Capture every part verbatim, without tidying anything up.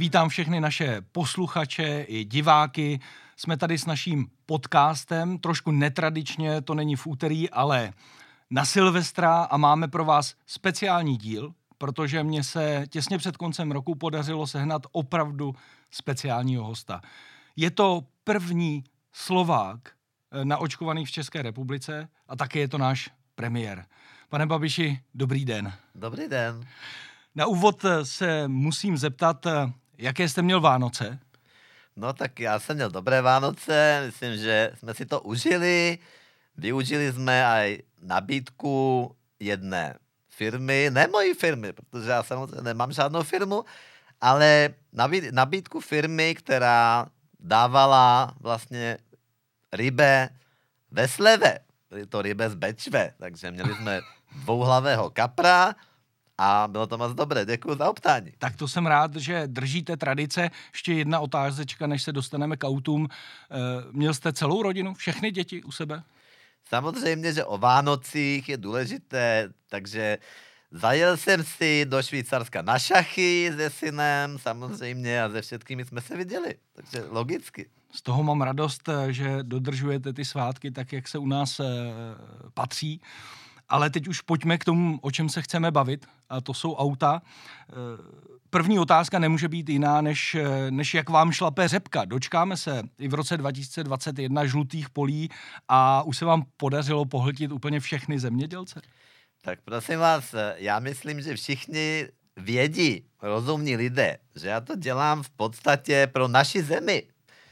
Vítám všechny naše posluchače i diváky. Jsme tady s naším podcastem, trošku netradičně, to není v úterý, ale na Silvestra a máme pro vás speciální díl, protože mně se těsně před koncem roku podařilo sehnat opravdu speciálního hosta. Je to první Slovák naočkovaný v České republice a také je to náš premiér. Pane Babiši, dobrý den. Dobrý den. Na úvod se musím zeptat, jaké jste měl Vánoce? No tak já jsem měl dobré Vánoce, myslím, že jsme si to užili. Využili jsme aj nabídku jedné firmy, ne mojí firmy, protože já samozřejmě nemám žádnou firmu, ale nabídku firmy, která dávala vlastně rybe ve sleve. Byly to rybe z Bečve, takže měli jsme dvouhlavého kapra a bylo to moc dobré. Děkuji za optání. Tak to jsem rád, že držíte tradice. Ještě jedna otázečka, než se dostaneme k autům. Měl jste celou rodinu, všechny děti u sebe? Samozřejmě, že o Vánocích je důležité, takže zajel jsem si do Švýcarska na šachy se synem, samozřejmě, a se všetkými jsme se viděli, takže logicky. Z toho mám radost, že dodržujete ty svátky tak, jak se u nás e, patří. Ale teď už pojďme k tomu, o čem se chceme bavit, a to jsou auta. První otázka nemůže být jiná, než, než jak vám šlape řepka. Dočkáme se i v roce dva tisíce dvacet jedna žlutých polí a už se vám podařilo pohltit úplně všechny zemědělce? Tak prosím vás, já myslím, že všichni vědí, rozumní lidé, že já to dělám v podstatě pro naši zemi.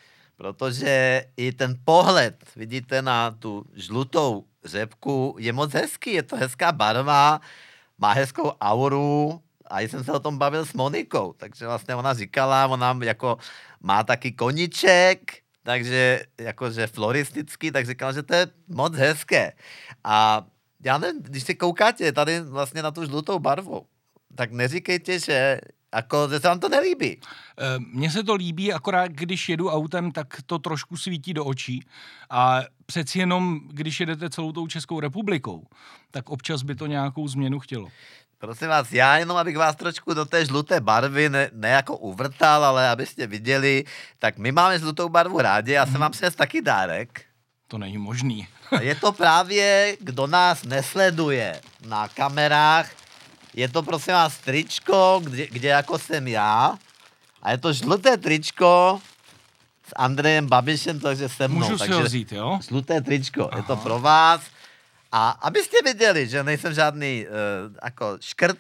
Protože i ten pohled, vidíte, na tu žlutou řepku je moc hezký, je to hezká barva, má hezkou auru a jsem se o tom bavil s Monikou, takže vlastně ona říkala, ona jako má taky koníček, takže jakože floristický, tak říkala, že to je moc hezké. A já nevím, když si koukáte tady vlastně na tu žlutou barvu, tak neříkejte, že jako, že se vám to nelíbí. Mně se to líbí, akorát když jedu autem, tak to trošku svítí do očí. A přeci jenom, když jedete celou tou Českou republikou, tak občas by to nějakou změnu chtělo. Prosím vás, já jenom, abych vás trošku do té žluté barvy ne, ne jako uvrtal, ale abyste viděli, tak my máme žlutou barvu rádi, já jsem vám přines taky dárek. To není možný. A je to právě, kdo nás nesleduje na kamerách, je to prosím vás tričko, kde, kde jako jsem já. A je to žluté tričko s Andrejem Babišem, takže se mnou. Můžu takže si ho vzít, jo? Žluté tričko, Aha. Je to pro vás. A abyste viděli, že nejsem žádný uh, jako škrt,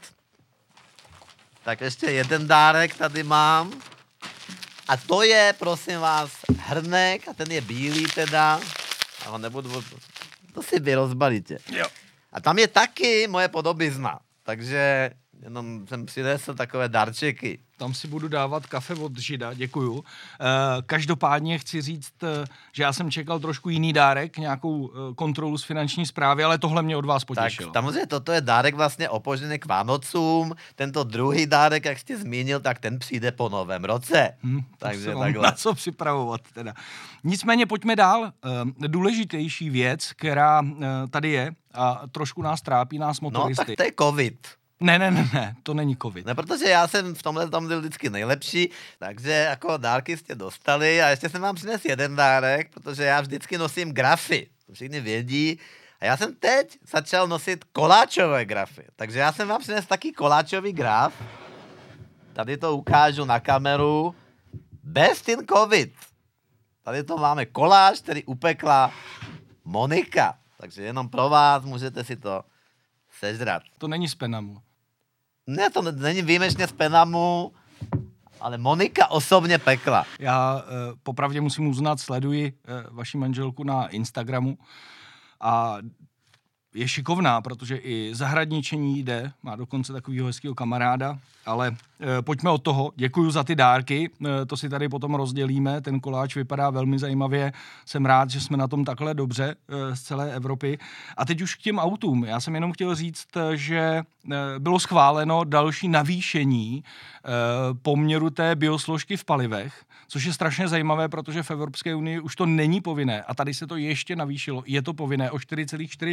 tak ještě jeden dárek tady mám. A to je, prosím vás, hrnek, a ten je bílý teda. Ale nebudu, to si vy rozbalíte. Jo. A tam je taky moje podobizna. Takže jenom jsem přinesl takové darčeky. Tam si budu dávat kafe od Žida, děkuju. Každopádně chci říct, že já jsem čekal trošku jiný dárek, nějakou kontrolu z finanční správy, ale tohle mě od vás potěšilo. Tak samozřejmě toto je dárek vlastně opožděný k Vánocům. Tento druhý dárek, jak jste zmínil, tak ten přijde po novém roce. Hmm, Takže se mám takhle. na co připravovat teda. Nicméně pojďme dál. Důležitější věc, která tady je a trošku nás trápí, nás motoristy. No tak to je covid. Ne, ne, ne, ne, to není covid. Ne, protože já jsem v tomhle tom byl vždycky nejlepší, takže jako dárky jste dostali a ještě jsem vám přines jeden dárek, protože já vždycky nosím grafy, to všichni vědí. A já jsem teď začal nosit koláčové grafy, takže já jsem vám přines taky koláčový graf. Tady to ukážu na kameru. Best in covid. Tady to máme koláč, který upekla Monika, takže jenom pro vás můžete si to sežrat. To není z Penamu. Ne, to není výjimečně z Penamu, ale Monika osobně pekla. Já e, popravdě musím uznat, sleduji e, vaši manželku na Instagramu a je šikovná, protože i zahradničení jde, má dokonce takovýho hezkýho kamaráda, ale e, pojďme od toho. Děkuju za ty dárky, e, to si tady potom rozdělíme, ten koláč vypadá velmi zajímavě, jsem rád, že jsme na tom takhle dobře e, z celé Evropy. A teď už k těm autům. Já jsem jenom chtěl říct, že e, bylo schváleno další navýšení e, poměru té biosložky v palivech, což je strašně zajímavé, protože v Evropské unii už to není povinné a tady se to ještě navýšilo. Je to povinné o čtyři celá čtyři procenta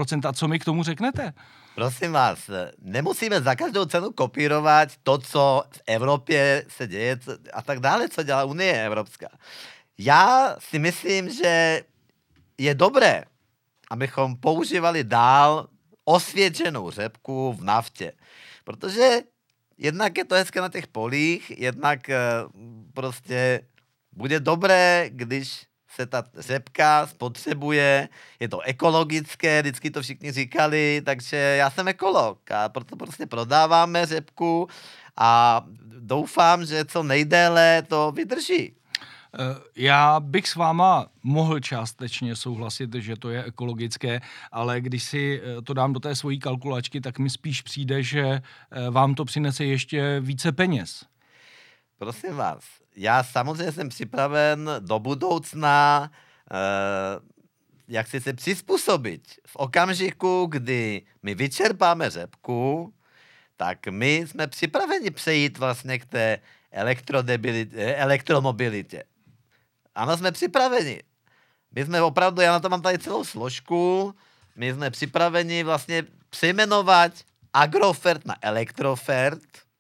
procent. A co mi k tomu řeknete? Prosím vás, nemusíme za každou cenu kopírovat to, co v Evropě se děje a tak dále, co dělá Unie Evropská. Já si myslím, že je dobré, abychom používali dál osvědčenou řepku v naftě. Protože jednak je to hezké na těch polích, jednak prostě bude dobré, když se ta řepka spotřebuje, je to ekologické, vždycky to všichni říkali, takže já jsem ekolog a proto prostě prodáváme řepku a doufám, že co nejdéle to vydrží. Já bych s váma mohl částečně souhlasit, že to je ekologické, ale když si to dám do té svojí kalkulačky, tak mi spíš přijde, že vám to přinese ještě více peněz. Prosím vás, já samozřejmě jsem připraven do budoucna eh, jak si se přizpůsobit. V okamžiku, kdy my vyčerpáme řepku, tak my jsme připraveni přejít vlastně k té elektromobilitě. Ano, jsme připraveni. My jsme opravdu, já na to mám tady celou složku, my jsme připraveni vlastně přejmenovat Agrofert na Elektrofert.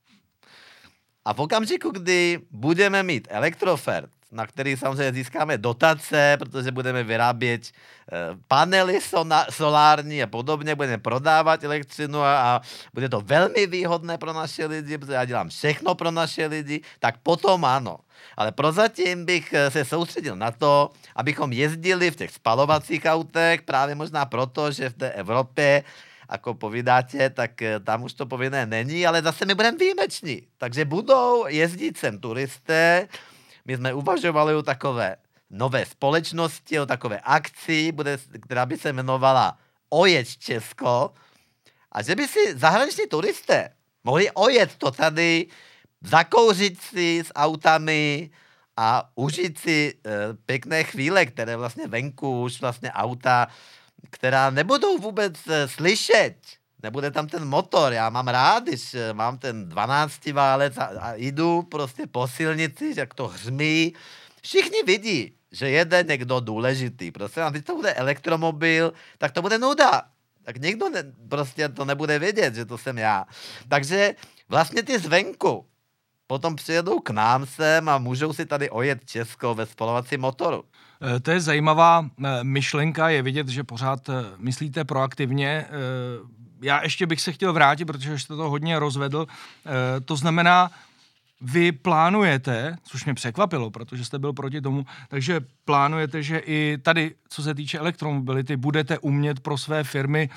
A v okamžiku, kdy budeme mít Elektrofert, na který samozřejmě získáme dotace, protože budeme vyrábět panely solární a podobně, budeme prodávat elektřinu a, a bude to velmi výhodné pro naše lidi, protože já dělám všechno pro naše lidi, tak potom ano. Ale prozatím bych se soustředil na to, abychom jezdili v těch spalovacích autech, právě možná proto, že v té Evropě, ako povídáte, tak tam už to povinné není, ale zase my budeme výjimeční. Takže budou jezdit sem turisté. My jsme uvažovali o takové nové společnosti, o takové akci, bude, která by se jmenovala Ojeď Česko. A že by si zahraniční turisté mohli ojet to tady, zakouřit si s autami a užít si e, pěkné chvíle, které vlastně venku už vlastně auta, která nebudou vůbec e, slyšet. Nebude tam ten motor. Já mám rád, když mám ten dvanácti válec a, a jdu prostě po silnici, jak to hřmí. Všichni vidí, že jede někdo důležitý. Prostě a když to bude elektromobil, tak to bude nuda. Tak nikdo ne, prostě to nebude vědět, že to jsem já. Takže vlastně ty zvenku potom přijedou k nám sem a můžou si tady ojet Česko ve spalovacím motoru. To je zajímavá myšlenka, je vidět, že pořád myslíte proaktivně. Já ještě bych se chtěl vrátit, protože jste to hodně rozvedl. To znamená, vy plánujete, což mě překvapilo, protože jste byl proti tomu, takže plánujete, že i tady, co se týče elektromobility, budete umět pro své firmy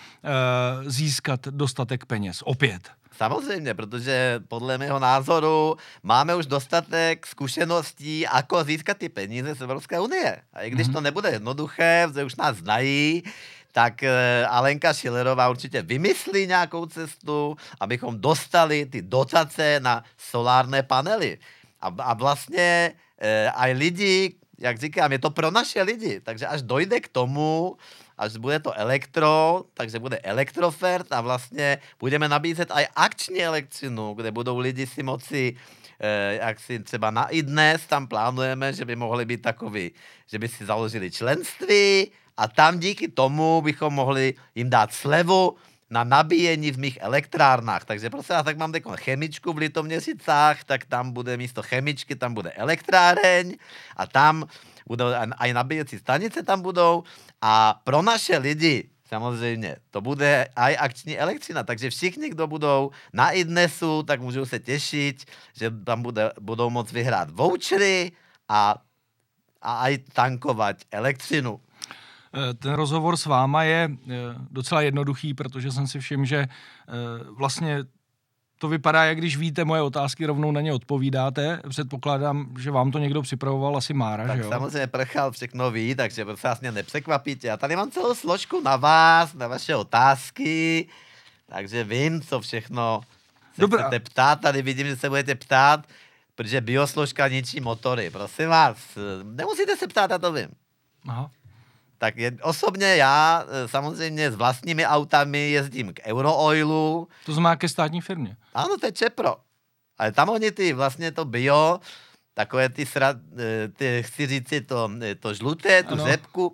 získat dostatek peněz. Opět. Samozřejmě, protože podle mého názoru máme už dostatek zkušeností, ako získat ty peníze z Evropské unie. A i když mm-hmm. to nebude jednoduché, že už nás znají, tak Alenka Schillerová určitě vymyslí nějakou cestu, abychom dostali ty dotace na solárné panely. A, a vlastně e, aj lidi, jak říkám, je to pro naše lidi, takže až dojde k tomu, až bude to elektro, takže bude Elektrofert a vlastně budeme nabízet aj akční elektřinu, kde budou lidi si moci, eh, jak si třeba na i dnes tam plánujeme, že by mohli být takový, že by si založili členství a tam díky tomu bychom mohli jim dát slevu na nabíjení v mých elektrárnách. Takže prostě já tak mám takovou chemičku v Litoměřicách, tak tam bude místo chemičky, tam bude elektráreň a tam budou aj nabíjecí stanice tam budou a pro naše lidi samozřejmě to bude aj akční elektřina, takže všichni, kdo budou na iDnesu, tak můžou se těšit, že tam bude, budou moct vyhrát vouchery a, a aj tankovat elektřinu. Ten rozhovor s váma je docela jednoduchý, protože jsem si všiml, že vlastně to vypadá, jak když víte moje otázky, rovnou na ně odpovídáte. Předpokládám, že vám to někdo připravoval, asi Mára, tak že jo? Samozřejmě Prchal všechno ví, takže se vlastně nepřekvapíte. Já tady mám celou složku na vás, na vaše otázky, takže vím, co všechno se Dobrá. chcete ptát. Tady vidím, že se budete ptát, protože biosložka ničí motory. Prosím vás, nemusíte se ptát, já to vím. Aha. Tak je, osobně já samozřejmě s vlastními autami jezdím k Eurooilu. To znamená ke státní firmě. Ano, to je Čepro. Ale tam oni ty vlastně to bio, takové ty, sra, ty chci říct to, to žluté, tu ano. řepku,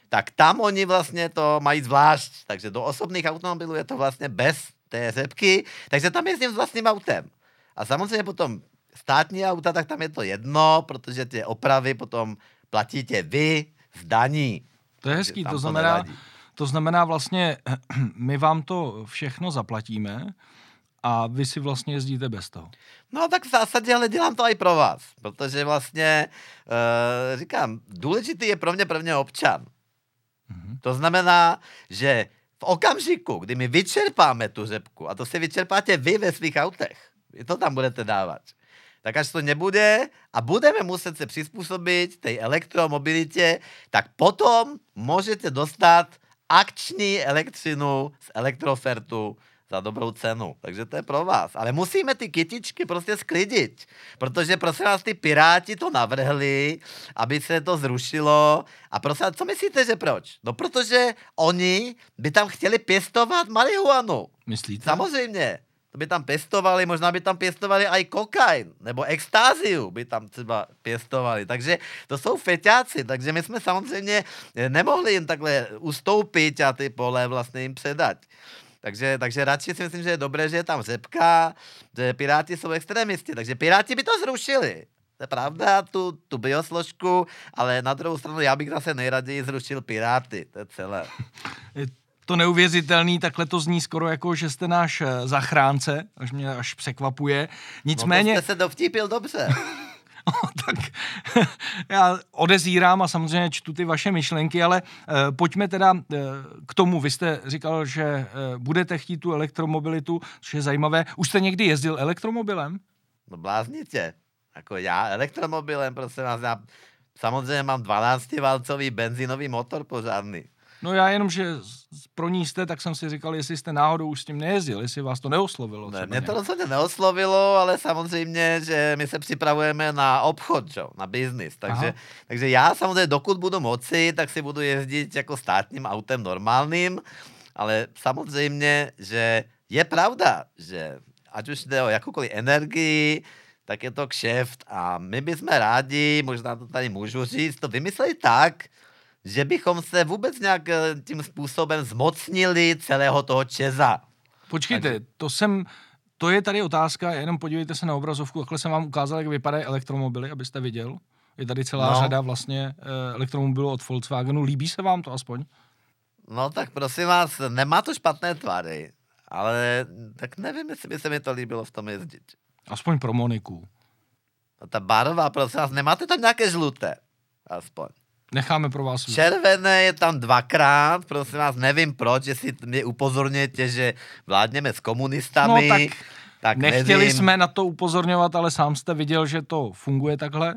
tak tam oni vlastně to mají zvlášť. Takže do osobných automobilů je to vlastně bez té řepky, takže tam jezdím s vlastním autem. A samozřejmě potom státní auta, tak tam je to jedno, protože ty opravy potom platíte vy z daní. To je hezký, to to znamená, nevadí. to znamená vlastně, my vám to všechno zaplatíme a vy si vlastně jezdíte bez toho. No tak v zásadě, ale dělám to i pro vás, protože vlastně, uh, říkám, důležitý je pro mě prvně občan. Mhm. To znamená, že v okamžiku, kdy my vyčerpáme tu řepku, a to si vyčerpáte vy ve svých autech, vy to tam budete dávat, tak až to nebude a budeme muset se přizpůsobit tej elektromobilitě, tak potom můžete dostat akční elektřinu z Elektrofertu za dobrou cenu. Takže to je pro vás. Ale musíme ty kytičky prostě sklidit, protože prosím vás, ty Piráti to navrhli, aby se to zrušilo. A prosím vás, co myslíte, že proč? No protože oni by tam chtěli pěstovat marihuanu. Myslíte? Samozřejmě. To by tam pěstovali, možná by tam pěstovali i kokain, nebo extáziu by tam třeba pěstovali. Takže to jsou feťáci, takže my jsme samozřejmě nemohli jim takhle ustoupit a ty pole vlastně jim předat. Takže, takže radši si myslím, že je dobré, že je tam řepka, že Piráti jsou extrémisti, takže Piráti by to zrušili. To je pravda, tu, tu biosložku, ale na druhou stranu já bych zase nejraději zrušil Piráty, to je celé. Je to neuvěřitelný, takhle to zní skoro jako, že jste náš zachránce, až mě až překvapuje. Nicméně... No to jste se dovtípil dobře. tak já odezírám a samozřejmě čtu ty vaše myšlenky, ale uh, pojďme teda uh, k tomu. Vy jste říkal, že uh, budete chtít tu elektromobilitu, což je zajímavé. Už jste někdy jezdil elektromobilem? No blázníte. Jako já elektromobilem, prosím vás, já samozřejmě mám dvanáctiválcový benzínový motor pořádný. No já jenom, že pro ní jste, tak jsem si říkal, jestli jste náhodou už s tím nejezdil, jestli vás to neoslovilo. Ne, mě to rozhodně neoslovilo, ale samozřejmě, že my se připravujeme na obchod, čo? Na biznis. Takže, takže já samozřejmě, dokud budu moci, tak si budu jezdit jako státním autem normálním, ale samozřejmě, že je pravda, že ať už jde o jakoukoliv energii, tak je to kšeft a my bychom rádi, možná to tady můžu říct, to vymysleli tak, že bychom se vůbec nějak tím způsobem zmocnili celého toho Česa. Počkejte, Takže... to jsem, to je tady otázka, jenom podívejte se na obrazovku, takhle jsem vám ukázal, jak vypadají elektromobily, abyste viděl. Je tady celá no. řada vlastně elektromobilů od Volkswagenu. Líbí se vám to aspoň? No tak prosím vás, nemá to špatné tvary, ale tak nevím, jestli by se mi to líbilo v tom jezdit. Aspoň pro Moniku. No ta barva, prosím vás, nemáte tam nějaké žluté? Aspoň. Necháme pro vás. Červené je tam dvakrát, prosím vás, nevím proč, jestli mě upozorněte, že vládněme s komunistami. No tak, tak nechtěli nevím. jsme na to upozorňovat, ale sám jste viděl, že to funguje takhle.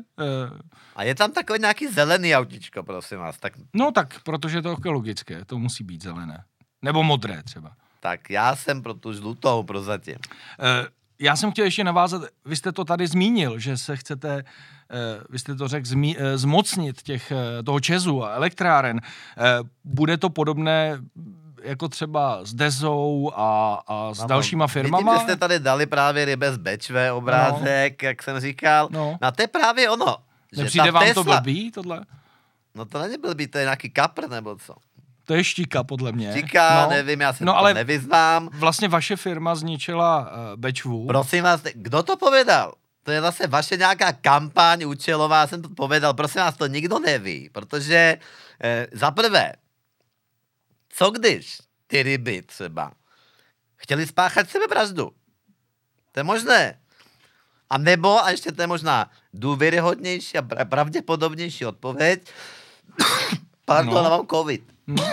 A je tam takový nějaký zelený autičko, prosím vás. Tak... No tak, protože to je logické, to musí být zelené. Nebo modré třeba. Tak já jsem pro tu žlutou prozatím. Uh, Já jsem chtěl ještě navázat, vy jste to tady zmínil, že se chcete, vy jste to řekl, zmí, zmocnit těch, toho Česu a elektráren. Bude to podobné jako třeba s Dezou a, a s no, dalšíma firmama? Vidím, že jste tady dali právě rybe z Bečve obrázek, no. Jak jsem říkal. No, no to je právě ono. Nepřijde vám Tesla... to blbý, tohle? No to není blbý, to je nějaký kapr nebo co? To je štíka, podle mě. Štíka, no, nevím, já se no, to ale nevyznám. Vlastně vaše firma zničila uh, Bečvu. Prosím vás, kdo to povedal? To je zase vaše nějaká kampaň účelová, já jsem to povedal, prosím vás, to nikdo neví, protože eh, za prvé, co když ty ryby třeba chtěli spáchat sebevraždu? To je možné. A nebo, a ještě to je možná důvěryhodnější a pravděpodobnější odpověď, pardon, no. Mám covid. No.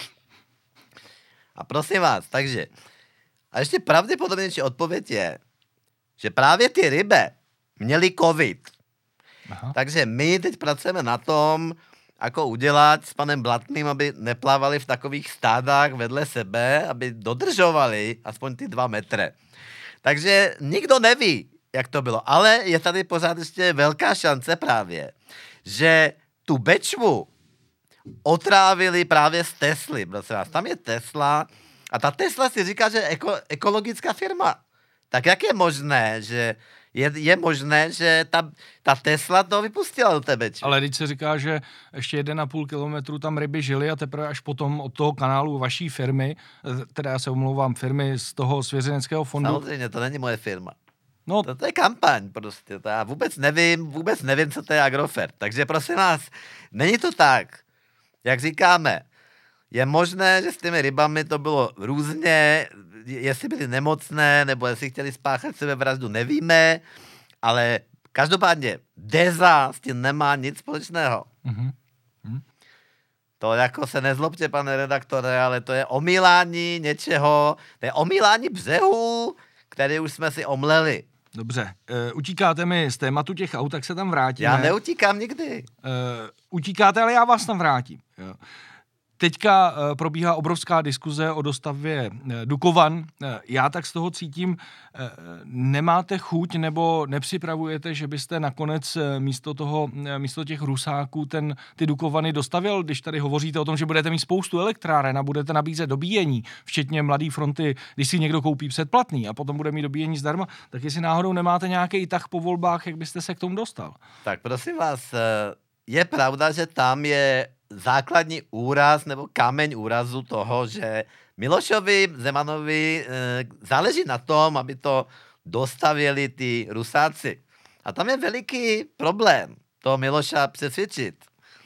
A prosím vás, takže, a ještě pravděpodobnější odpověď je, že právě ty ryby měli covid. Aha. Takže my teď pracujeme na tom, ako udělat s panem Blatným, aby neplávali v takových stádách vedle sebe, aby dodržovali aspoň ty dva metry. Takže nikdo neví, jak to bylo. Ale je tady pořád ještě velká šance právě, že tu Bečvu otrávili právě z Tesly. Tam je Tesla a ta Tesla si říká, že je eko, ekologická firma. Tak jak je možné, že Je, je možné, že ta, ta Tesla to vypustila do tebe. Či? Ale když se říká, že ještě jeden a půl kilometru tam ryby žily a teprve až potom od toho kanálu vaší firmy, teda já se omlouvám, firmy z toho svěřeneckého fondu. Samozřejmě, to není moje firma. No, to, to je kampaň prostě. To já vůbec nevím, vůbec nevím, co to je Agrofert. Takže prosím vás, není to tak, jak říkáme. Je možné, že s těmi rybami to bylo různě, jestli byly nemocné, nebo jestli chtěli spáchat sebevraždu, nevíme, ale každopádně Deza s tím nemá nic společného. Mm-hmm. To jako se nezlobte, pane redaktore, ale to je omílání něčeho, to je omílání břehů, který už jsme si omleli. Dobře, e, utíkáte mi z tématu těch aut, tak se tam vrátíme. Já neutíkám nikdy. E, utíkáte, ale já vás tam vrátím. Jo. Teďka uh, probíhá obrovská diskuze o dostavbě uh, Dukovan. Uh, já tak z toho cítím, uh, nemáte chuť nebo nepřipravujete, že byste nakonec uh, místo toho, uh, místo těch Rusáků ten, ty Dukovany dostavil, když tady hovoříte o tom, že budete mít spoustu elektráren a budete nabízet dobíjení, včetně Mladé fronty, když si někdo koupí předplatný a potom bude mít dobíjení zdarma, tak jestli náhodou nemáte nějaký tah po volbách, jak byste se k tomu dostal? Tak prosím vás, je pravda, že tam je základní úraz nebo kameň úrazu toho, že Milošovi Zemanovi e, záleží na tom, aby to dostavili ty Rusáci. A tam je veliký problém toho Miloša přesvědčit.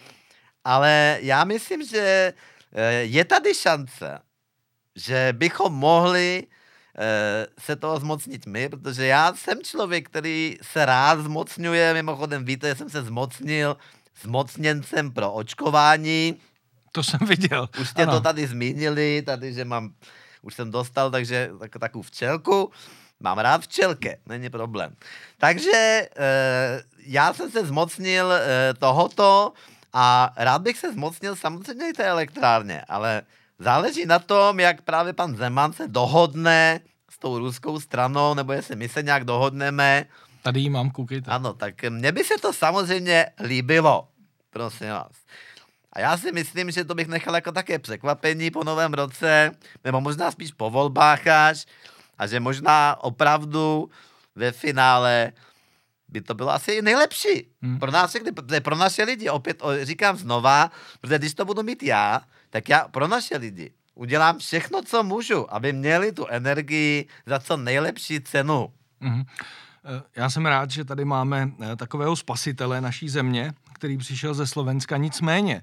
Ale já myslím, že e, je tady šance, že bychom mohli e, se toho zmocnit my, protože já jsem člověk, který se rád zmocňuje, mimochodem víte, jsem se zmocnil zmocněncem pro očkování. To jsem viděl. Už jste ano. to tady zmínili, tady, že mám, už jsem dostal, takže tak, takovou včelku. Mám rád včelke, není problém. Takže e, já jsem se zmocnil e, tohoto a rád bych se zmocnil samozřejmě i té elektrárně, ale záleží na tom, jak právě pan Zeman se dohodne s tou ruskou stranou, nebo jestli my se nějak dohodneme. Tady ji mám, koukejte. Ano, tak mně by se to samozřejmě líbilo, prosím vás. A já si myslím, že to bych nechal jako také překvapení po novém roce, nebo možná spíš po volbách až, a že možná opravdu ve finále by to bylo asi nejlepší. Hmm. Pro nás všechny, pro naše lidi, opět říkám znova, protože když to budu mít já, tak já pro naše lidi udělám všechno, co můžu, aby měli tu energii za co nejlepší cenu. Hmm. Já jsem rád, že tady máme takového spasitele naší země, který přišel ze Slovenska. Nicméně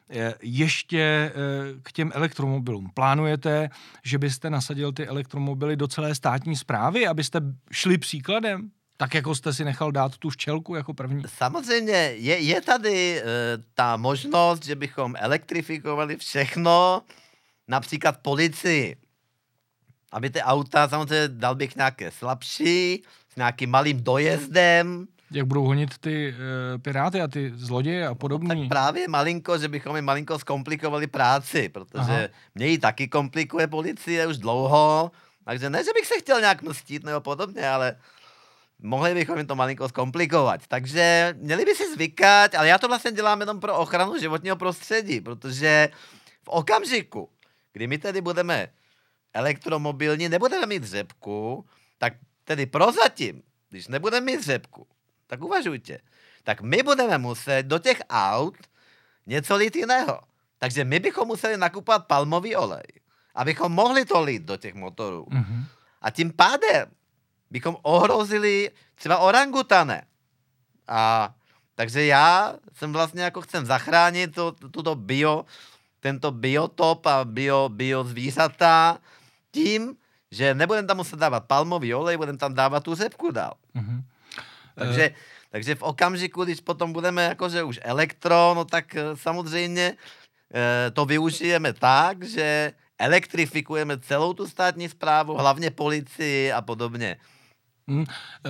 ještě k těm elektromobilům. Plánujete, že byste nasadil ty elektromobily do celé státní správy, abyste šli příkladem? Tak jako jste si nechal dát tu včelku jako první? Samozřejmě je, je tady e, ta možnost, že bychom elektrifikovali všechno, například policii. Aby ty auta, samozřejmě dal bych nějaké slabší, s nějakým malým dojezdem. Jak budou honit ty e, piráty a ty zloděje a podobně? No, tak právě malinko, že bychom jim malinko zkomplikovali práci, protože Aha. mě ji taky komplikuje policie už dlouho, takže ne, že bych se chtěl nějak mstit nebo podobně, ale mohli bychom jim to malinko zkomplikovat. Takže měli by si zvykat, ale já to vlastně dělám jenom pro ochranu životního prostředí, protože v okamžiku, kdy my tedy budeme elektromobilní, nebudeme mít řepku, tak tedy prozatím, když nebudeme mít řepku, tak uvažujte, tak my budeme muset do těch aut něco lít jiného. Takže my bychom museli nakupovat palmový olej, abychom mohli to lít do těch motorů. Mm-hmm. A tím pádem bychom ohrozili třeba orangutane. A takže já jsem vlastně jako chcem zachránit to, tuto bio, tento biotop a bio, bio zvířata tím, že nebudeme tam muset dávat palmový olej, budeme tam dávat tu řepku dál. Mm-hmm. Takže, uh... takže v okamžiku, když potom budeme jakože už elektro, no tak samozřejmě e, to využijeme tak, že elektrifikujeme celou tu státní správu, hlavně policii a podobně. Hmm.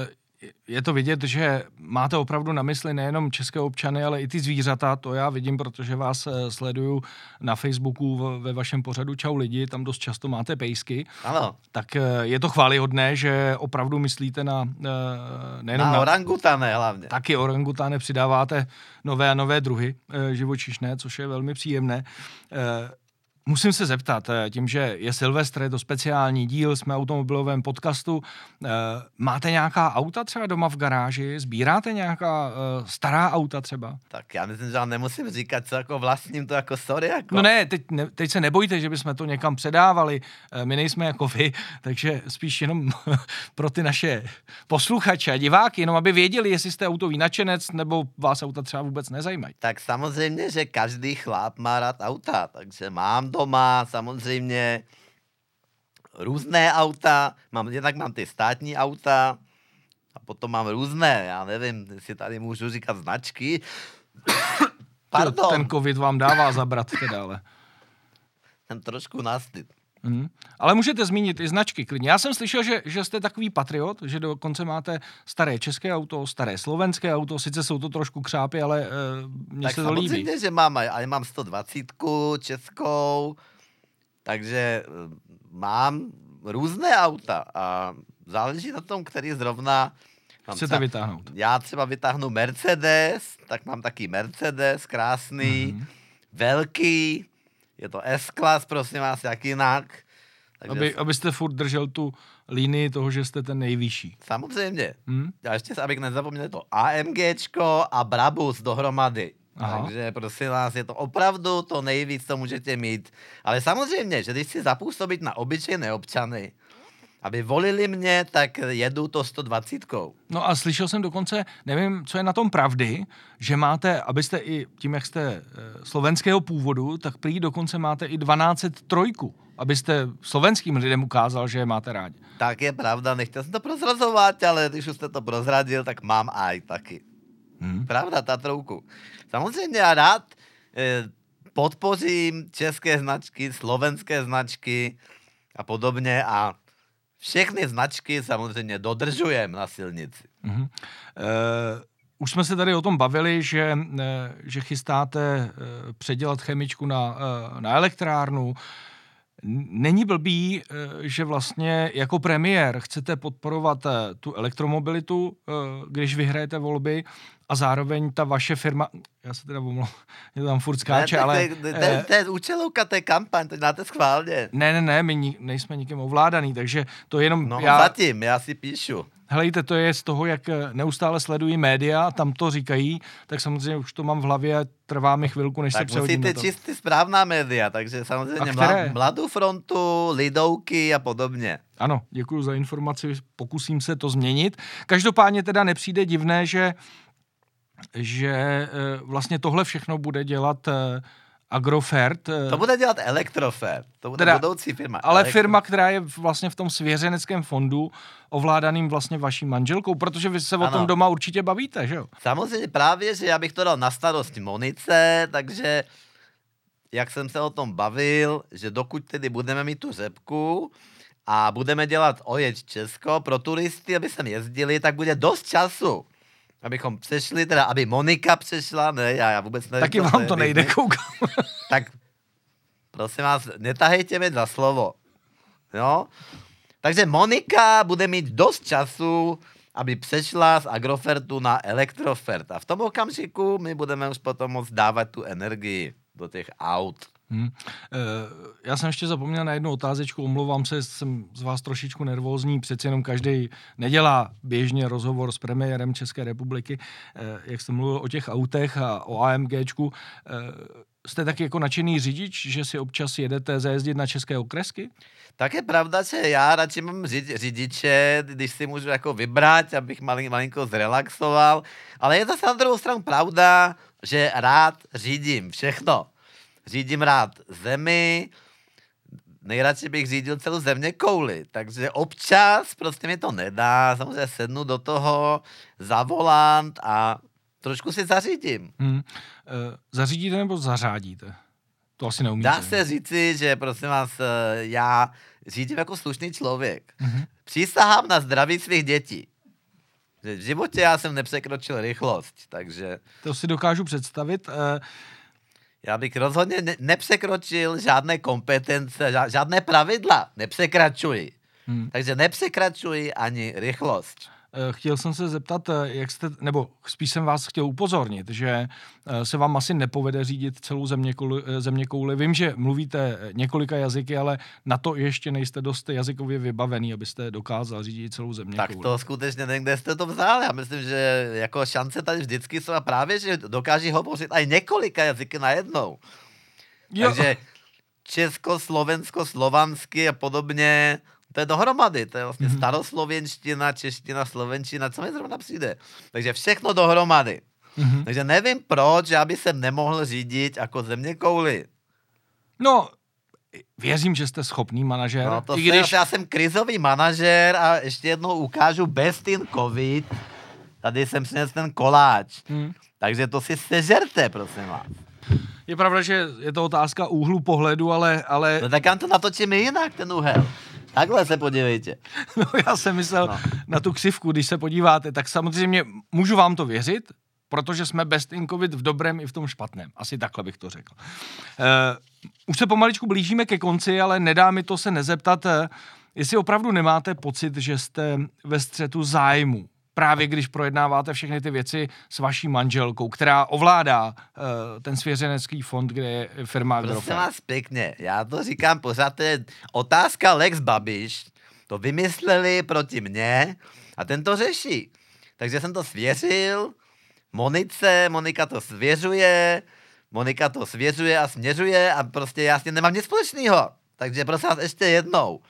Je to vidět, že máte opravdu na mysli nejenom české občany, ale i ty zvířata. To já vidím, protože vás sleduju na Facebooku ve vašem pořadu Čau lidi, tam dost často máte pejsky. Ano. Tak je to chvályhodné, že opravdu myslíte na... Nejenom na, na orangutané hlavně. Taky orangutáne přidáváte nové a nové druhy živočišné, což je velmi příjemné. Musím se zeptat, tím, že je Silvestr, je to speciální díl, jsme v automobilovém podcastu, máte nějaká auta třeba doma v garáži? Sbíráte nějaká stará auta třeba? Tak já myslím, že vám nemusím říkat, co jako vlastním, to jako sorry. Jako. No ne, teď, ne, teď se nebojte, že bychom to někam předávali, my nejsme jako vy, takže spíš jenom pro ty naše posluchače a diváky, jenom aby věděli, jestli jste autový nadšenec, nebo vás auta třeba vůbec nezajímají. Tak samozřejmě, že každý chlap má rád auta, takže mám doma samozřejmě různé auta, mám, jednak mám ty státní auta a potom mám různé, já nevím, jestli tady můžu říkat značky. Pardon. Ten covid vám dává zabrat teda, ale. Jsem trošku nastyd. Mm. Ale můžete zmínit i značky klidně. Já jsem slyšel, že, že jste takový patriot, že dokonce máte staré české auto, staré slovenské auto, sice jsou to trošku křápy, ale uh, mně tak se to líbí. samozřejmě, že mám, ale mám sto dvacet českou, takže mám různé auta a záleží na tom, který zrovna chcete třeba vytáhnout. Já třeba vytáhnu Mercedes, tak mám taky Mercedes, krásný, mm-hmm. velký, je to S-Class, prosím vás, jak jinak. Takže Aby, abyste furt držel tu linii toho, že jste ten nejvyšší. Samozřejmě. Hmm? A ještě, abych nezapomněl, to AMGčko a Brabus dohromady. Aha. Takže prosím vás, je to opravdu to nejvíc, co můžete mít. Ale samozřejmě, že když si zapůsobit na obyčejné občany, aby volili mě, tak jedu to sto dvacet. No a slyšel jsem dokonce, nevím, co je na tom pravdy, že máte, abyste i tím, jak jste e, slovenského původu, tak prý dokonce máte i dvanáct set tři, abyste slovenským lidem ukázal, že je máte rádi. Tak je pravda, nechtěl jsem to prozrazovat, ale když už jste to prozradil, tak mám aj taky. Hmm. Pravda, ta trouku. Samozřejmě já rád e, podpořím české značky, slovenské značky a podobně a všechny značky samozřejmě dodržujem na silnici. Uh-huh. Uh, už jsme se tady o tom bavili, že, uh, že chystáte uh, předělat chemičku na, uh, na elektrárnu. Není blbý, uh, že vlastně jako premiér chcete podporovat uh, tu elektromobilitu, uh, když vyhrajete volby, a zároveň ta vaše firma, já se teda omlouvám, je to tam furt skáče, ne, ale... To je účelovka, to je kampaň, to dáte schválně. Ne, ne, ne, my ni, nejsme nikým ovládaný, takže to jenom... No já, zatím, já si píšu. Helejte, to je z toho, jak neustále sledují média, tam to říkají, tak samozřejmě už to mám v hlavě a trvá mi chvilku, než tak se přehodím na to. Tak musíte čistit správná média, takže samozřejmě mlad, Mladou frontu, Lidovky a podobně. Ano, děkuji za informaci, pokusím se to změnit. Každopádně teda nepřijde divné, že že vlastně tohle všechno bude dělat Agrofert. To bude dělat Elektrofert, to bude teda, budoucí firma. Ale Elektro... firma, která je vlastně v tom svěřeneckém fondu ovládaným vlastně vaší manželkou, protože vy se ano. o tom doma určitě bavíte, že jo? Samozřejmě právě, že já bych to dal na starost Monice, takže jak jsem se o tom bavil, že dokud tedy budeme mít tu řepku a budeme dělat Ojeď Česko pro turisty, aby sem jezdili, tak bude dost času. Abychom přešli, teda aby Monika přešla, ne, já, já vůbec nevím. Taky vám to nejde, koukám. Tak prosím vás, netahejte mě za slovo. Jo? Takže Monika bude mít dost času, aby přešla z Agrofertu na Elektrofert. A v tom okamžiku my budeme už potom moct dávat tu energii do těch aut. Hmm. E, já jsem ještě zapomněl na jednu otázečku, omlouvám se, jsem z vás trošičku nervózní, přeci jenom každý nedělá běžně rozhovor s premiérem České republiky, e, jak jste mluvil o těch autech a o AMGčku. E, jste taky jako nadšený řidič, že si občas jedete zajezdit na české okresky? Tak je pravda, že já radši mám řidiče, když si můžu jako vybrat, abych malin, malinko zrelaxoval, ale je zase na druhou stranu pravda, že rád řídím všechno. Řídím rád zemi, nejradši bych řídil celou země kouli, takže občas prostě mi to nedá, samozřejmě sednu do toho za volant a trošku si zařídím. Hmm. E, zařídíte nebo zařádíte? To asi neumíte. Dá se říci, že prosím vás, já řídím jako slušný člověk. Mm-hmm. Přísahám na zdraví svých dětí. V životě já jsem nepřekročil rychlost, takže... To si dokážu představit. E, Já bych rozhodně ne- nepřekročil žádné kompetence, žádné pravidla. Nepřekračuji. Hmm. Takže nepřekračuji ani rychlost. chtěl jsem se zeptat, jak jste, nebo spíš jsem vás chtěl upozornit, že se vám asi nepovede řídit celou zeměkouli. zeměkouli. Vím, že mluvíte několika jazyky, ale na to ještě nejste dost jazykově vybavený, abyste dokázal řídit celou zeměkouli. Tak to skutečně nevím, kde jste to vzal. Já myslím, že jako šance tady vždycky jsou a právě, že dokáží hovořit aj několika jazyky najednou. Jo. Takže česko, slovensko, slovansky a podobně, to je dohromady, to je vlastně mm-hmm. staroslovenština, čeština, slovenčina, co mi zrovna přijde. Takže všechno dohromady. Mm-hmm. Takže nevím proč, já bych sem nemohl řídit jako zeměkouli. No, věřím, že jste schopný manažer. No to I jsem, když... já jsem krizový manažer a ještě jednou ukážu bez ten covid. Tady jsem přinesl ten koláč. Mm. Takže to si sežerte, prosím vás. Je pravda, že je to otázka úhlu pohledu, ale... ale... No tak já to natočím jinak, ten úhel. Takhle se podívejte. No já jsem myslel no. na tu křivku, když se podíváte, tak samozřejmě můžu vám to věřit, protože jsme best in covid v dobrém i v tom špatném. Asi takhle bych to řekl. Uh, už se pomaličku blížíme ke konci, ale nedá mi to se nezeptat, uh, jestli opravdu nemáte pocit, že jste ve střetu zájmu. Právě když projednáváte všechny ty věci s vaší manželkou, která ovládá uh, ten svěřenecký fond, kde je firma Agrofert. Prosím vás pěkně, já to říkám pořád, to je otázka Lex Babiš, to vymysleli proti mně a ten to řeší. Takže jsem to svěřil Monice, Monika to svěřuje, Monika to svěřuje a směřuje a prostě já s tím nemám nic společného. Takže prosím vás ještě jednou,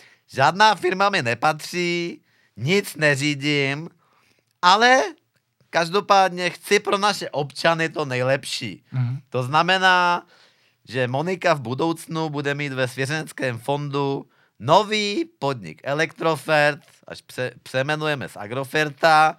žádná firma mi nepatří, nic neřídím, ale každopádně chci pro naše občany to nejlepší. Mm-hmm. To znamená, že Monika v budoucnu bude mít ve svěřeneckém fondu nový podnik Elektrofert, až pře- přejmenujeme z Agroferta,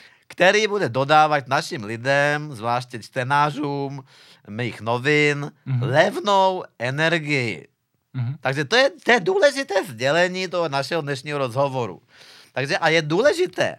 který bude dodávat našim lidem, zvláště čtenářům mých novin, mm-hmm. levnou energii. Mm-hmm. Takže to je, to je důležité sdělení toho našeho dnešního rozhovoru. Takže a je důležité,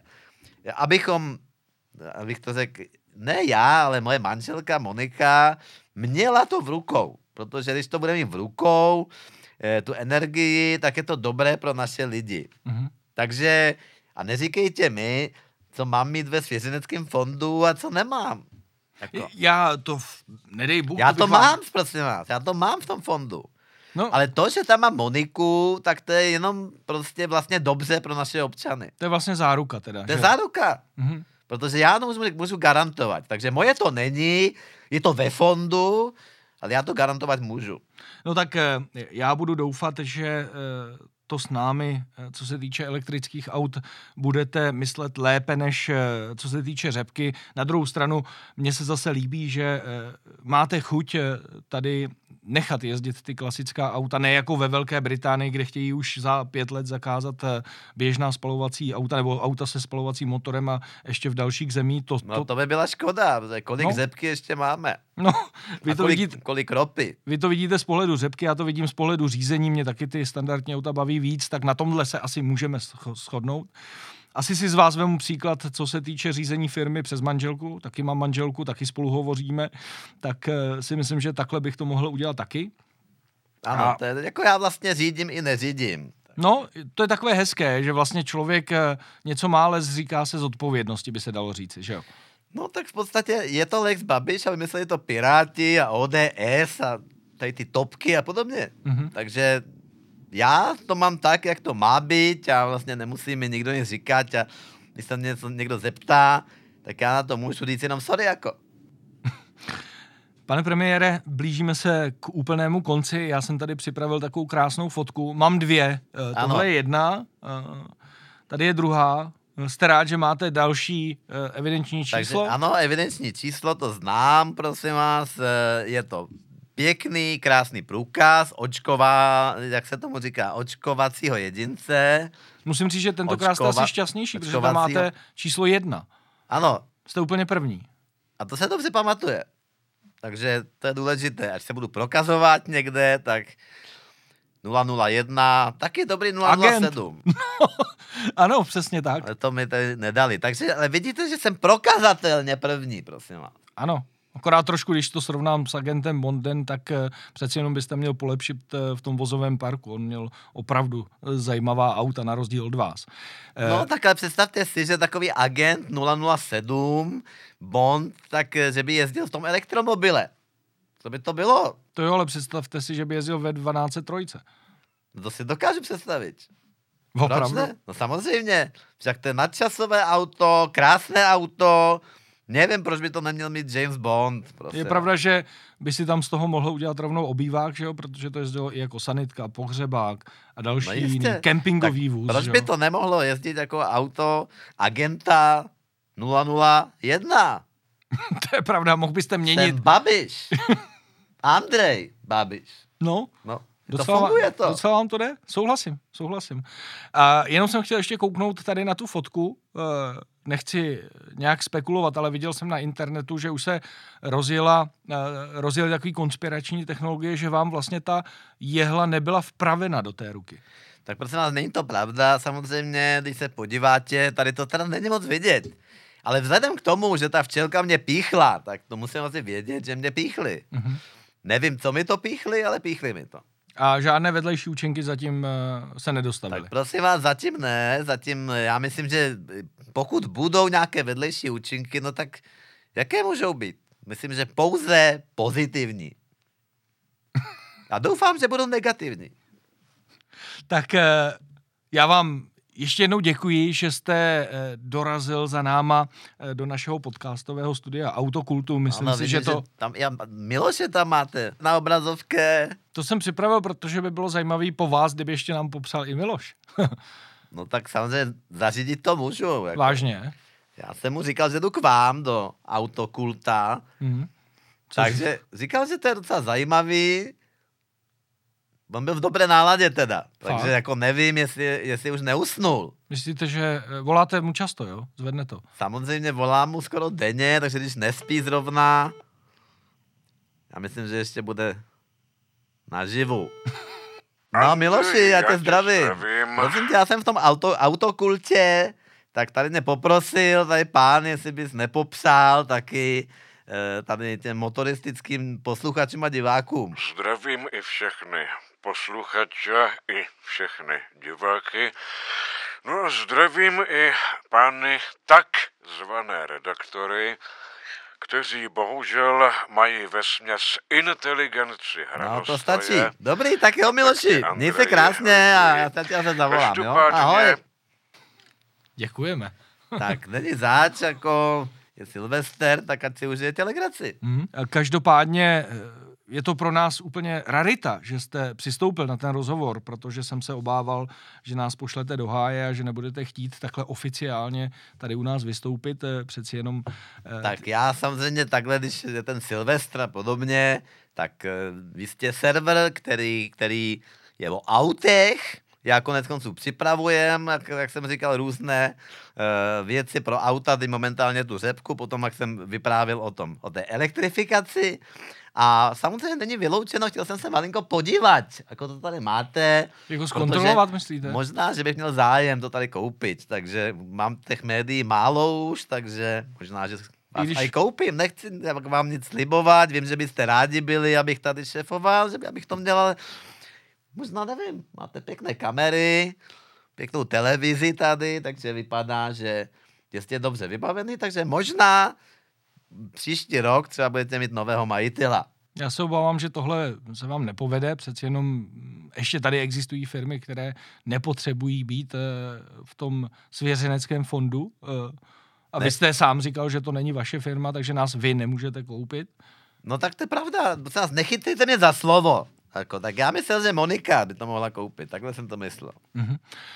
abychom, abych to řekl, ne já, ale moje manželka Monika měla to v rukou. Protože když to bude mít v rukou, eh, tu energii, tak je to dobré pro naše lidi. Mm-hmm. Takže, a neříkejte mi, co mám mít ve svěřeneckém fondu a co nemám. Jako. Já to, nedej Bůh. Já to, to mám, mám, prosím vás, já to mám v tom fondu. No. Ale to, že tam mám Moniku, tak to je jenom prostě vlastně dobře pro naše občany. To je vlastně záruka teda. To je že? záruka. Mm-hmm. Protože já to můžu, můžu garantovat. Takže moje to není, je to ve fondu, ale já to garantovat můžu. No tak já budu doufat, že to s námi, co se týče elektrických aut, budete myslet lépe, než co se týče řepky. Na druhou stranu, mně se zase líbí, že máte chuť tady nechat jezdit ty klasická auta, ne jako ve Velké Británii, kde chtějí už za pět let zakázat běžná spalovací auta nebo auta se spalovacím motorem a ještě v dalších zemích. To, to... No to by byla škoda, kolik no. řepky ještě máme. No, vy a to kolik, vidíte, kolik ropy. Vy to vidíte z pohledu řepky, já to vidím z pohledu řízení, mě taky ty standardní auta baví víc, tak na tomhle se asi můžeme shodnout. Asi si z vás vemu příklad, co se týče řízení firmy přes manželku, taky mám manželku, taky spolu hovoříme, tak si myslím, že takhle bych to mohl udělat taky. Ano, a... to je, jako já vlastně řídím i neřídím. No, to je takové hezké, že vlastně člověk něco má, ale zříká se z odpovědnosti, by se dalo říci, že jo? No tak v podstatě je to Lex Babiš a vymysleli to Piráti a O D S a tady ty topky a podobně. Mm-hmm. Takže já to mám tak, jak to má být a vlastně nemusí mi nikdo nic říkat a když se mě někdo zeptá, tak já na to můžu říct jenom sorry jako. Pane premiére, blížíme se k úplnému konci. Já jsem tady připravil takovou krásnou fotku. Mám dvě. Ano. Tohle je jedna, tady je druhá. Jste rád, že máte další evidenční číslo? Takže ano, evidenční číslo, to znám, prosím vás, je to pěkný, krásný průkaz, očková, jak se tomu říká, očkovacího jedince. Musím říct, že tentokrát jste asi šťastnější, protože tam máte číslo jedna. Ano. Jste úplně první. A to se dobře pamatuje. Takže to je důležité. Až se budu prokazovat někde, tak nula nula jedna, taky dobrý nula nula sedm. Ano, přesně tak. Ale to mi tady nedali. Takže ale vidíte, že jsem prokazatelně první, prosím vás. Ano. Akorát trošku, když to srovnám s agentem Bondem, tak eh, přeci jenom byste měl polepšit eh, v tom vozovém parku. On měl opravdu eh, zajímavá auta na rozdíl od vás. Eh, No tak ale představte si, že takový agent nula nula sedm, Bond, tak eh, že by jezdil v tom elektromobile. Co by to bylo? To jo, ale představte si, že by jezdil ve dvanáct set tři. To si dokážu představit. Proč Opravdu? ne? No samozřejmě. Však to je nadčasové auto, krásné auto. Nevím, proč by to neměl mít James Bond. Prostě. Je pravda, že by si tam z toho mohl udělat rovnou obývák, že jo? Protože to jezdilo i jako sanitka, pohřebák a další No jiný jistě. kempingový vůz. Proč že by jo? to nemohlo jezdit jako auto agenta nula nula jedna? To je pravda, mohl byste měnit. Ten Babiš. Andrej Babiš. No, No, docela, to funguje to. docela vám to jde? Souhlasím, souhlasím. A jenom jsem chtěl ještě kouknout tady na tu fotku. Eh, Nechci nějak spekulovat, ale viděl jsem na internetu, že už se rozjela, eh, rozjela takový konspirační technologie, že vám vlastně ta jehla nebyla vpravena do té ruky. Tak prosím vás, není to pravda, samozřejmě, když se podíváte, tady to teda není moc vidět. Ale vzhledem k tomu, že ta včelka mě píchla, tak to musím asi vědět, že mě píchli. Mhm. Nevím, co mi to píchli, ale píchli mi to. A žádné vedlejší účinky zatím eh, se nedostavily. Tak prosím vás, zatím ne, zatím já myslím, že pokud budou nějaké vedlejší účinky, no tak jaké můžou být? Myslím, že pouze pozitivní. A doufám, že budou negativní. Tak eh, já vám ještě jednou děkuji, že jste eh, dorazil za náma eh, do našeho podcastového studia Autokultu. Myslím Ano, si, vidím, že to, tam, já, Miloše tam máte na obrazovce. to jsem připravil, protože by bylo zajímavý po vás, kdyby ještě nám popsal i Miloš. No tak samozřejmě zařídit to můžu. Jako. Vážně. Já jsem mu říkal, že jdu k vám do Autokulta. Mhm. Takže říkal, že to je docela zajímavý. On byl v dobré náladě teda. Takže Fakt? jako nevím, jestli, jestli už neusnul. Myslíte, že eh, voláte mu často, jo? Zvedne to. Samozřejmě volám mu skoro denně, takže když nespí zrovna, já myslím, že ještě bude naživu. No Miloši, já tě zdravím. zdravím. Prosím tě, já jsem v tom auto, autokultě, tak tady mě poprosil, tady pán, jestli bys nepopsal taky eh, tady těm motoristickým posluchačům a divákům. Zdravím i všechny posluchače, i všechny diváky. No a zdravím i pány tak zvané redaktory, kteří bohužel mají vesměs inteligenci No hranostoje. to stačí. Dobrý, tak jo Miloši, Taky měj se Andrej, krásně a Andrej. já se tě zase zavolám, jo? Každopádně- Ahoj. Děkujeme. Tak není záč, jako je Silvester, tak ať si užijete legraci. Mhm. A Každopádně eh, je to pro nás úplně rarita, že jste přistoupil na ten rozhovor, protože jsem se obával, že nás pošlete do háje a že nebudete chtít takhle oficiálně tady u nás vystoupit. eh, Přeci jenom... eh, Tak já samozřejmě takhle, když je ten Silvestr a podobně, tak eh, vy jste server, který, který je o autech, já konec konců připravujem, jak, jak jsem říkal, různé uh, věci pro auta, ty momentálně tu řepku, potom jak jsem vyprávěl o tom, o té elektrifikaci. A samozřejmě není vyloučeno, chtěl jsem se malinko podívat, jako to tady máte. Jako zkontrolovat, protože myslíte? Možná, že bych měl zájem to tady koupit, takže mám těch médií málo už, takže možná, že vás když- i koupím, nechci vám nic slibovat, vím, že byste rádi byli, abych tady šefoval, že by, abych to měl, ale možná nevím, máte pěkné kamery, pěknou televizi tady, takže vypadá, že jste dobře vybavený, takže možná příští rok třeba budete mít nového majitela. Já se obávám, že tohle se vám nepovede, přeci jenom mm, ještě tady existují firmy, které nepotřebují být eh, v tom svěřeneckém fondu. eh, A vy Ne. jste sám říkal, že to není vaše firma, takže nás vy nemůžete koupit. No tak to je pravda, prosím vás, nechytejte mě za slovo. Jako, tak já myslel, že Monika by to mohla koupit, takhle jsem to myslel. Mhm.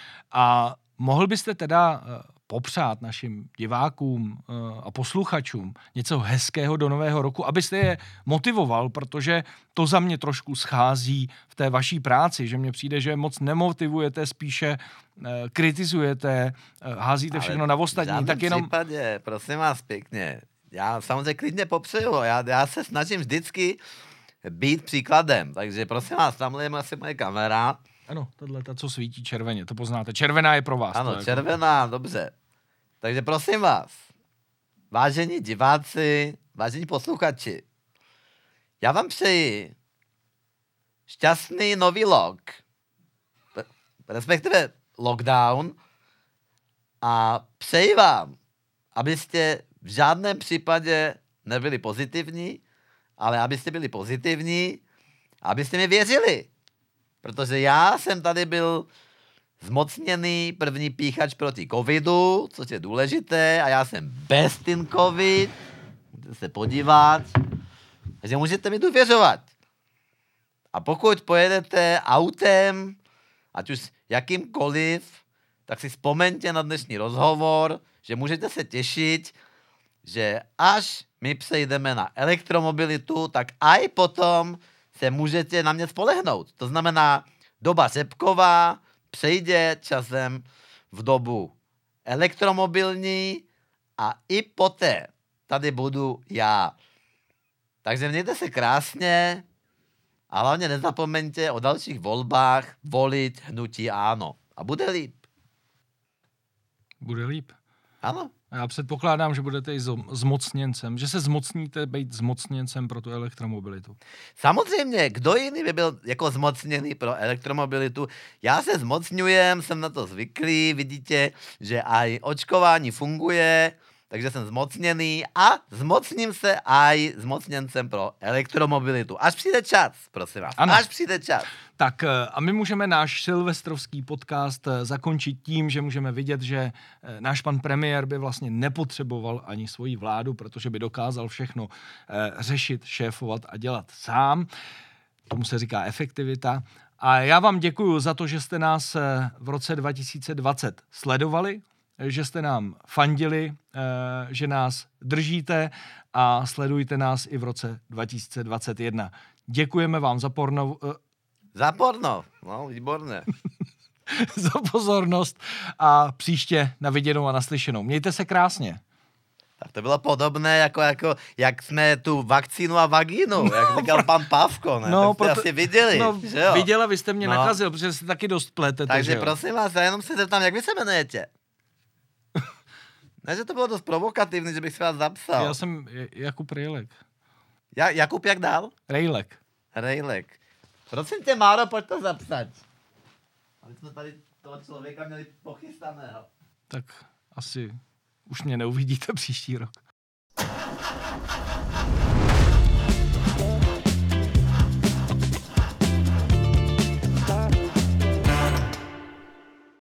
A mohl byste teda eh, popřát našim divákům eh, a posluchačům něco hezkého do nového roku, abyste je motivoval, protože to za mě trošku schází v té vaší práci, že mně přijde, že moc nemotivujete, spíše eh, kritizujete, eh, házíte všechno na v ostatní, žádném tak jenom... případě, prosím vás pěkně, já samozřejmě klidně popřeju, já, já se snažím vždycky být příkladem, takže prosím vás, tamhle je asi moje kamera. Ano, tahle ta, co svítí červeně, to poznáte. Červená je pro vás. Ano, to jako- červená, dobře. Takže prosím vás, vážení diváci, vážení posluchači, já vám přeji šťastný nový rok, respektive lockdown, a přeji vám, abyste v žádném případě nebyli pozitivní, ale abyste byli pozitivní, abyste mi věřili. Protože já jsem tady byl zmocněný první píchač proti covidu, což je důležité, a já jsem bez ten covid, můžete se podívat, takže můžete mi důvěřovat. A pokud pojedete autem, ať už jakýmkoliv, tak si vzpomeňte na dnešní rozhovor, že můžete se těšit, že až my přejdeme na elektromobilitu, tak aj potom se můžete na mě spolehnout. To znamená, doba řepková přejde časem v dobu elektromobilní a i poté tady budu já. Takže mějte se krásně a hlavně nezapomeňte o dalších volbách volit hnutí ANO. A bude líp. Bude líp. Ano. Já předpokládám, že budete i zmocněncem, že se zmocníte být zmocněncem pro tu elektromobilitu. Samozřejmě, kdo jiný by byl jako zmocněný pro elektromobilitu? Já se zmocňujem, jsem na to zvyklý, vidíte, že aj očkování funguje, takže jsem zmocněný a zmocním se aj zmocněncem pro elektromobilitu. Až přijde čas, prosím vás. Ano. Až přijde čas. Tak a my můžeme náš silvestrovský podcast zakončit tím, že můžeme vidět, že náš pan premiér by vlastně nepotřeboval ani svoji vládu, protože by dokázal všechno řešit, šéfovat a dělat sám. Tomu se říká efektivita. A já vám děkuju za to, že jste nás v roce dva tisíce dvacet sledovali, že jste nám fandili, že nás držíte a sledujte nás i v roce dva tisíce dvacet jedna. Děkujeme vám za porno... Za porno, no, výborné. za pozornost a příště na viděnou a naslyšenou. Mějte se krásně. Tak to bylo podobné, jako, jako jak jsme tu vakcínu a vagínu, no, jak říkal pan Pavko, ne? No, tak jste proto, asi viděli, no, že jo? Viděla, vy jste mě no. nakazil, protože jste taky dost pletete, Takže že jo? prosím vás, já jenom se zeptám, jak vy se jmenujete? Ne, že to bylo dost provokativní, že bych si vás zapsal. Já jsem Jakub Rejlek. Ja, Jakub jak dál? Rejlek. Rejlek. Prosím tě, Máro, pojď to zapsat. Ale jsme tady toho člověka měli pochystaného. Tak asi už mě neuvidíte příští rok.